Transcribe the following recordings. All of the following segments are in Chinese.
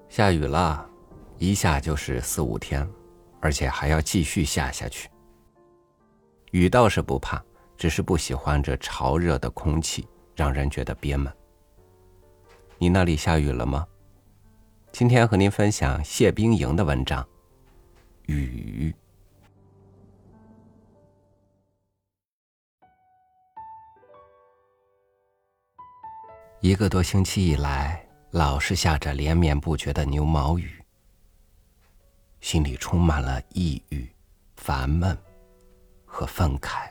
下雨了，一下就是4、5天，而且还要继续下去。雨倒是不怕，只是不喜欢这潮热的空气，让人觉得憋闷。你那里下雨了吗？今天和您分享谢冰莹的文章《雨》。1个多星期以来，老是下着连绵不绝的牛毛雨，心里充满了抑郁、烦闷和愤慨。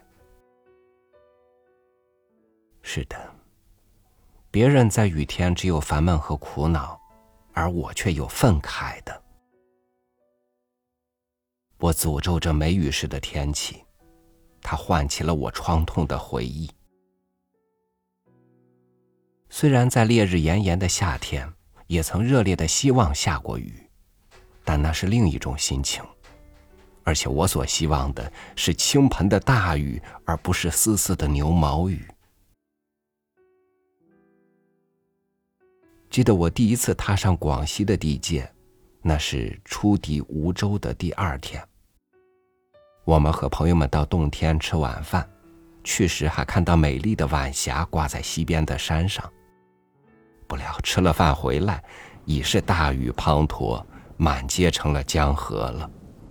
是的，别人在雨天只有烦闷和苦恼，而我却有愤慨的。我诅咒着梅雨时的天气，它唤起了我创痛的回忆。虽然在烈日炎炎的夏天，也曾热烈的希望下过雨，但那是另一种心情。而且我所希望的是倾盆的大雨，而不是丝丝的牛毛雨。记得我第一次踏上广西的地界，那是出抵梧州的第2天。我们和朋友们到洞天吃晚饭，去时还看到美丽的晚霞挂在西边的山上。不料吃了饭回来，已是大雨滂沱，满街成了江河了。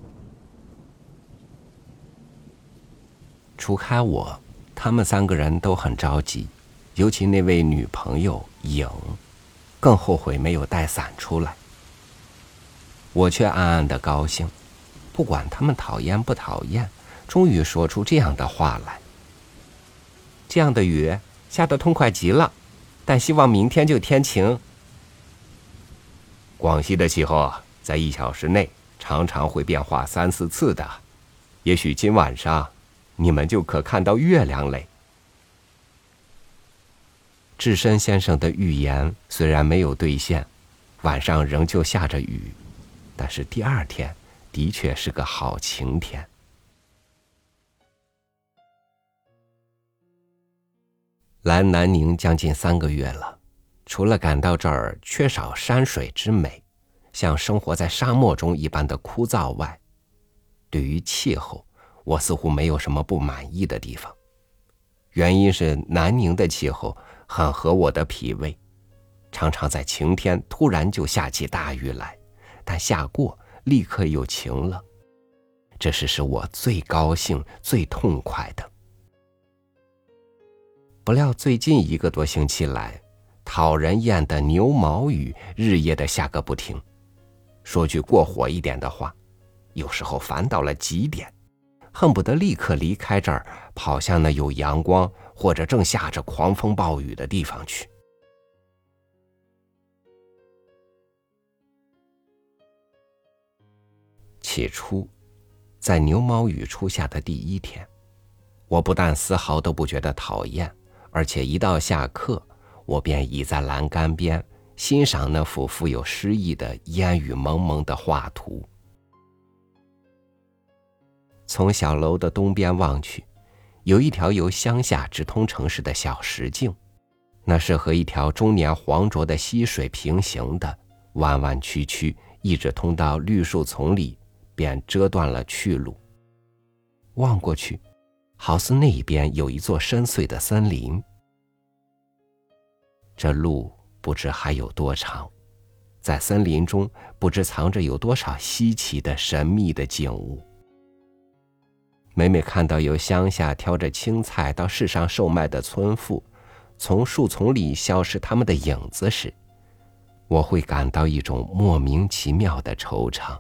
除开我，他们3个人都很着急，尤其那位女朋友颖，更后悔没有带伞出来。我却暗暗的高兴，不管他们讨厌不讨厌，终于说出这样的话来：这样的雨下得痛快极了，但希望明天就天晴。广西的气候在1小时内常常会变化3、4次的，也许今晚上你们就可看到月亮嘞。智深先生的预言虽然没有兑现，晚上仍旧下着雨，但是第2天的确是个好晴天。来南宁将近3个月了，除了感到这儿缺少山水之美，像生活在沙漠中一般的枯燥外，对于气候，我似乎没有什么不满意的地方。原因是南宁的气候很合我的脾胃，常常在晴天突然就下起大雨来，但下过立刻又晴了，这是使我最高兴最痛快的。不料最近1个多星期来，讨人厌的牛毛雨日夜的下个不停。说句过火一点的话，有时候烦到了极点，恨不得立刻离开这儿，跑向那有阳光或者正下着狂风暴雨的地方去。起初，在牛毛雨初夏的第1天，我不但丝毫都不觉得讨厌，而且一到下课，我便倚在栏杆边欣赏那幅富有诗意的烟雨蒙蒙的画图。从小楼的东边望去，有一条由乡下直通城市的小石径，那是和一条终年黄浊的溪水平行的，弯弯曲曲，一直通到绿树丛里，便遮断了去路。望过去，好似那边有一座深邃的森林。这路不知还有多长，在森林中不知藏着有多少稀奇的神秘的景物。每每看到由乡下挑着青菜到市上售卖的村妇从树丛里消失他们的影子时，我会感到一种莫名其妙的惆怅。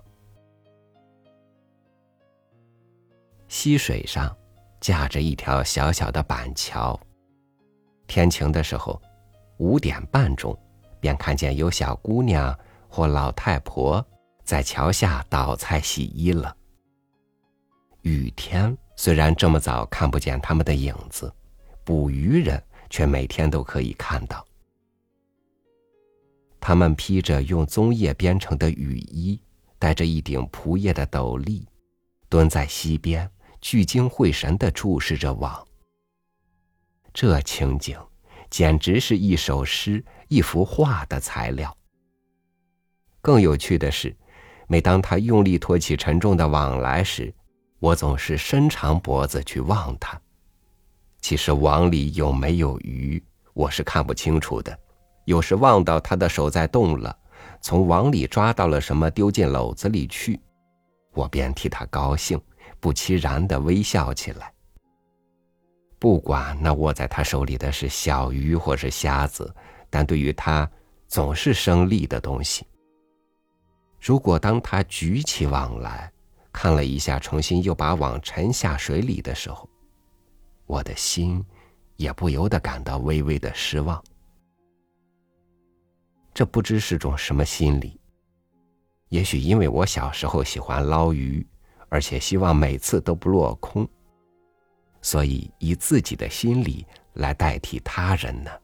溪水上架着一条小小的板桥，天晴的时候5点半钟便看见有小姑娘或老太婆在桥下倒菜洗衣了。雨天虽然这么早看不见他们的影子，捕鱼人却每天都可以看到。他们披着用棕叶编成的雨衣，戴着一顶蒲叶的斗笠，蹲在溪边聚精会神地注视着网。这情景简直是一首诗、一幅画的材料。 更有趣的是，每当他用力托起沉重的网来时，我总是伸长脖子去望他。其实网里有没有鱼，我是看不清楚的。有时望到他的手在动了，从网里抓到了什么丢进篓子里去，我便替他高兴，不其然地微笑起来。不管那握在他手里的是小鱼或是虾子，但对于他总是生力的东西。如果当他举起网来，看了一下，重新又把网沉下水里的时候，我的心也不由得感到微微的失望。这不知是种什么心理，也许因为我小时候喜欢捞鱼，而且希望每次都不落空，所以以自己的心理来代替他人呢。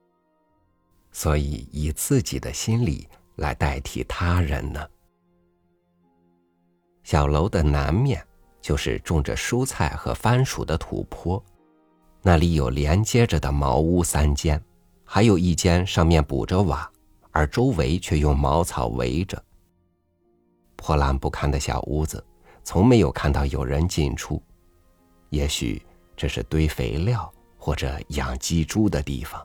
小楼的南面就是种着蔬菜和番薯的土坡，那里有连接着的茅屋3间，还有一间上面补着瓦，而周围却用茅草围着。破烂不堪的小屋子，从没有看到有人进出，也许这是堆肥料或者养鸡猪的地方。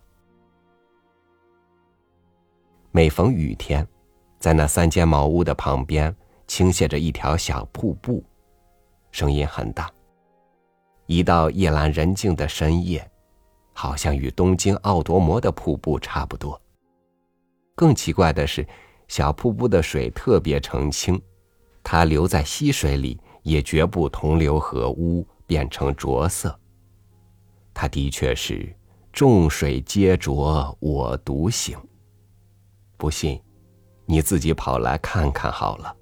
每逢雨天，在那3间茅屋的旁边倾泻着一条小瀑布，声音很大。一到夜阑人静的深夜，好像与东京奥多摩的瀑布差不多。更奇怪的是，小瀑布的水特别澄清，它流在溪水里也绝不同流合污，变成浊色。它的确是众水皆浊我独醒。不信，你自己跑来看看好了。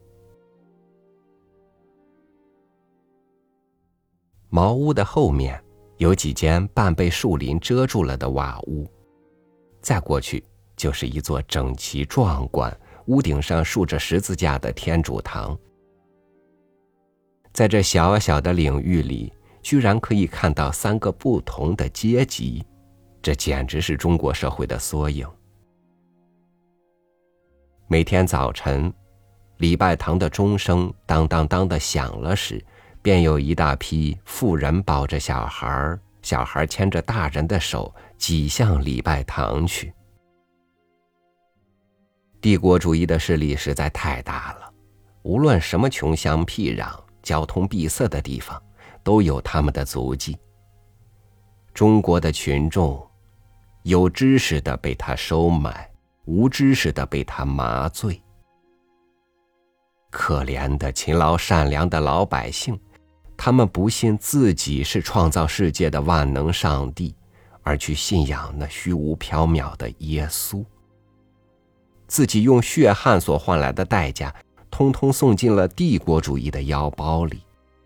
茅屋的后面有几间半被树林遮住了的瓦屋，再过去就是一座整齐壮观、屋顶上竖着十字架的天主堂。在这小小的领域里，居然可以看到3个不同的阶级，这简直是中国社会的缩影。每天早晨，礼拜堂的钟声当当当地响了时，便有一大批妇人抱着小孩，小孩牵着大人的手挤向礼拜堂去。帝国主义的势力实在太大了，无论什么穷乡僻壤、交通闭塞的地方，都有他们的足迹。中国的群众，有知识的被他收买，无知识的被他麻醉。可怜的勤劳善良的老百姓，他们不信自己是创造世界的万能上帝，而去信仰那虚无缥缈的耶稣。自己用血汗所换来的代价，通通送进了帝国主义的腰包里。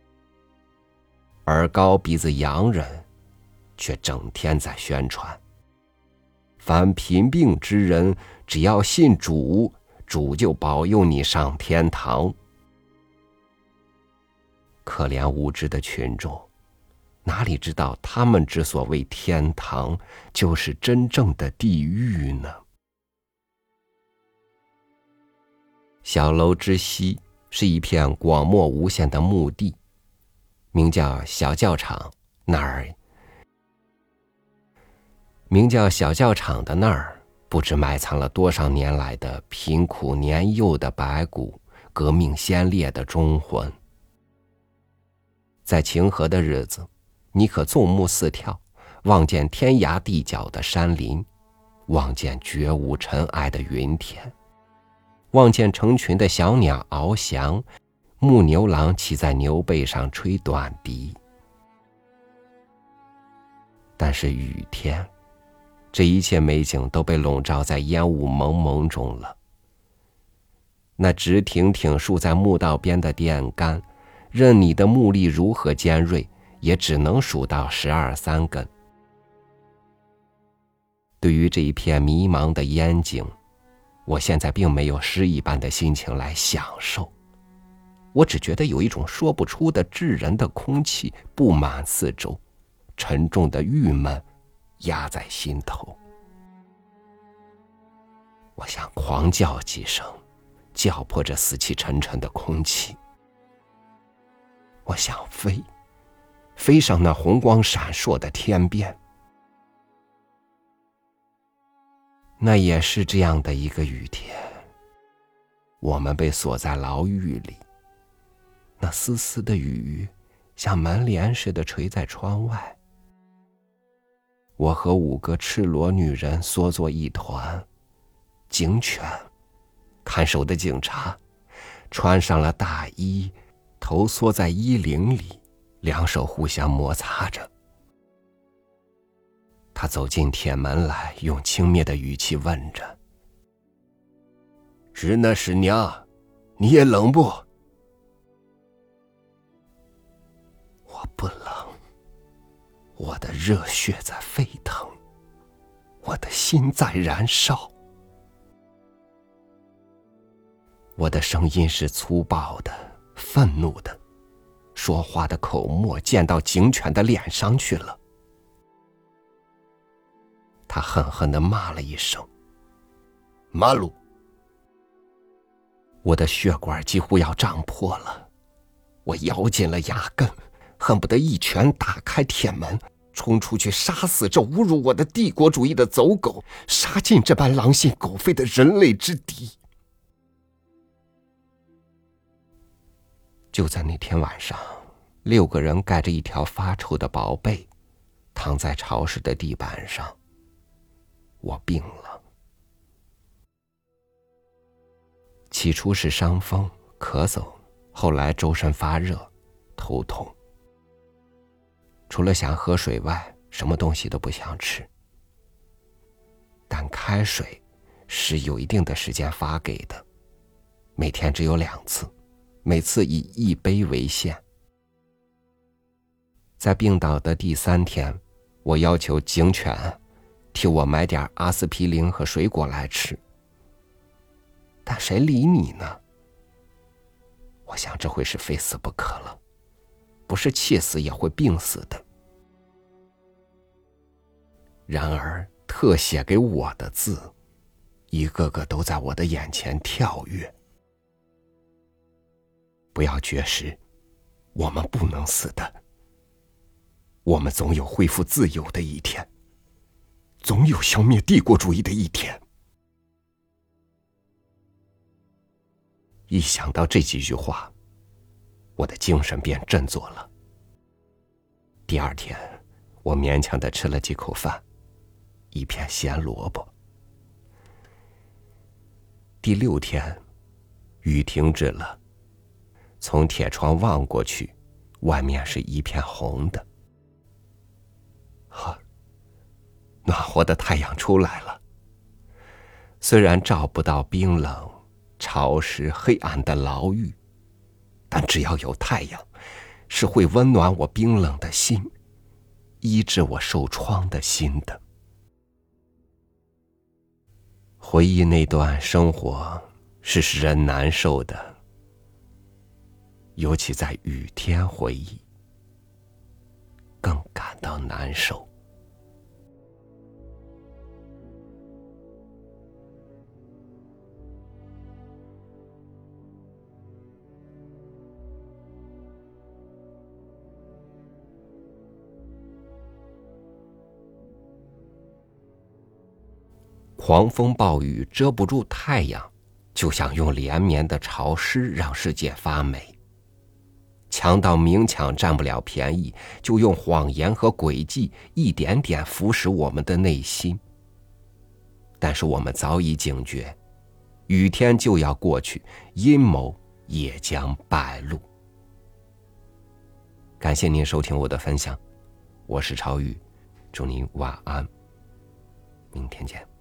而高鼻子洋人却整天在宣传，凡贫病之人，只要信主，主就保佑你上天堂。可怜无知的群众，哪里知道他们之所谓天堂，就是真正的地狱呢？小楼之西是一片广袤无限的墓地，名叫小教场，的那儿，不知埋藏了多少年来的贫苦年幼的白骨，革命先烈的忠魂。在晴和的日子，你可纵目四眺，望见天涯地角的山林，望见绝无尘埃的云田，望见成群的小鸟翱翔，牧牛郎骑在牛背上吹短笛。但是雨天，这一切美景都被笼罩在烟雾蒙蒙中了。那直挺挺竖在墓道边的电杆，任你的目力如何尖锐，也只能数到12、13根。对于这一片迷茫的烟景，我现在并没有诗一般的心情来享受，我只觉得有一种说不出的炙人的空气布满四周，沉重的郁闷压在心头。我想狂叫几声， 搅破着死气沉沉的空气。我想飞，飞上那红光闪烁的天边。那也是这样的一个雨天，我们被锁在牢狱里，那丝丝的雨像门帘似的垂在窗外。我和5个赤裸女人缩作一团，警犬，看守的警察，穿上了大衣，头缩在衣领里，两手互相摩擦着。他走进铁门来，用轻蔑的语气问着：“日那师娘，你也冷不？”我不冷，我的热血在沸腾，我的心在燃烧。我的声音是粗暴的、愤怒的，说话的口沫溅到警犬的脸上去了。他狠狠地骂了一声：“马路！”我的血管几乎要胀破了，我咬紧了牙根，恨不得一拳打开铁门，冲出去杀死这侮辱我的帝国主义的走狗，杀尽这般狼心狗肺的人类之敌。就在那天晚上，6个人盖着一条发臭的薄被，躺在潮湿的地板上。我病了，起初是伤风、咳嗽，后来周身发热、头痛。除了想喝水外，什么东西都不想吃。但开水是有一定的时间发给的，每天只有2次，每次以1杯为限。在病倒的第3天，我要求警犬替我买点阿司匹林和水果来吃，但谁理你呢？我想这回是非死不可了，不是气死也会病死的。然而特写给我的字，一个个都在我的眼前跳跃。不要绝食，我们不能死的，我们总有恢复自由的一天，总有消灭帝国主义的一天。一想到这几句话，我的精神便振作了。第2天，我勉强地吃了几口饭，一片咸萝卜。第6天，雨停止了，从铁窗望过去，外面是一片红的。暖和的太阳出来了，虽然照不到冰冷、潮湿、黑暗的牢狱，但只要有太阳，是会温暖我冰冷的心，医治我受创的心的。回忆那段生活是使人难受的，尤其在雨天回忆，更感到难受。狂风暴雨遮不住太阳，就想用连绵的潮湿让世界发霉。强盗明抢占不了便宜，就用谎言和诡计一点点腐蚀我们的内心。但是我们早已警觉，雨天就要过去，阴谋也将败露。感谢您收听我的分享，我是超宇，祝您晚安，明天见。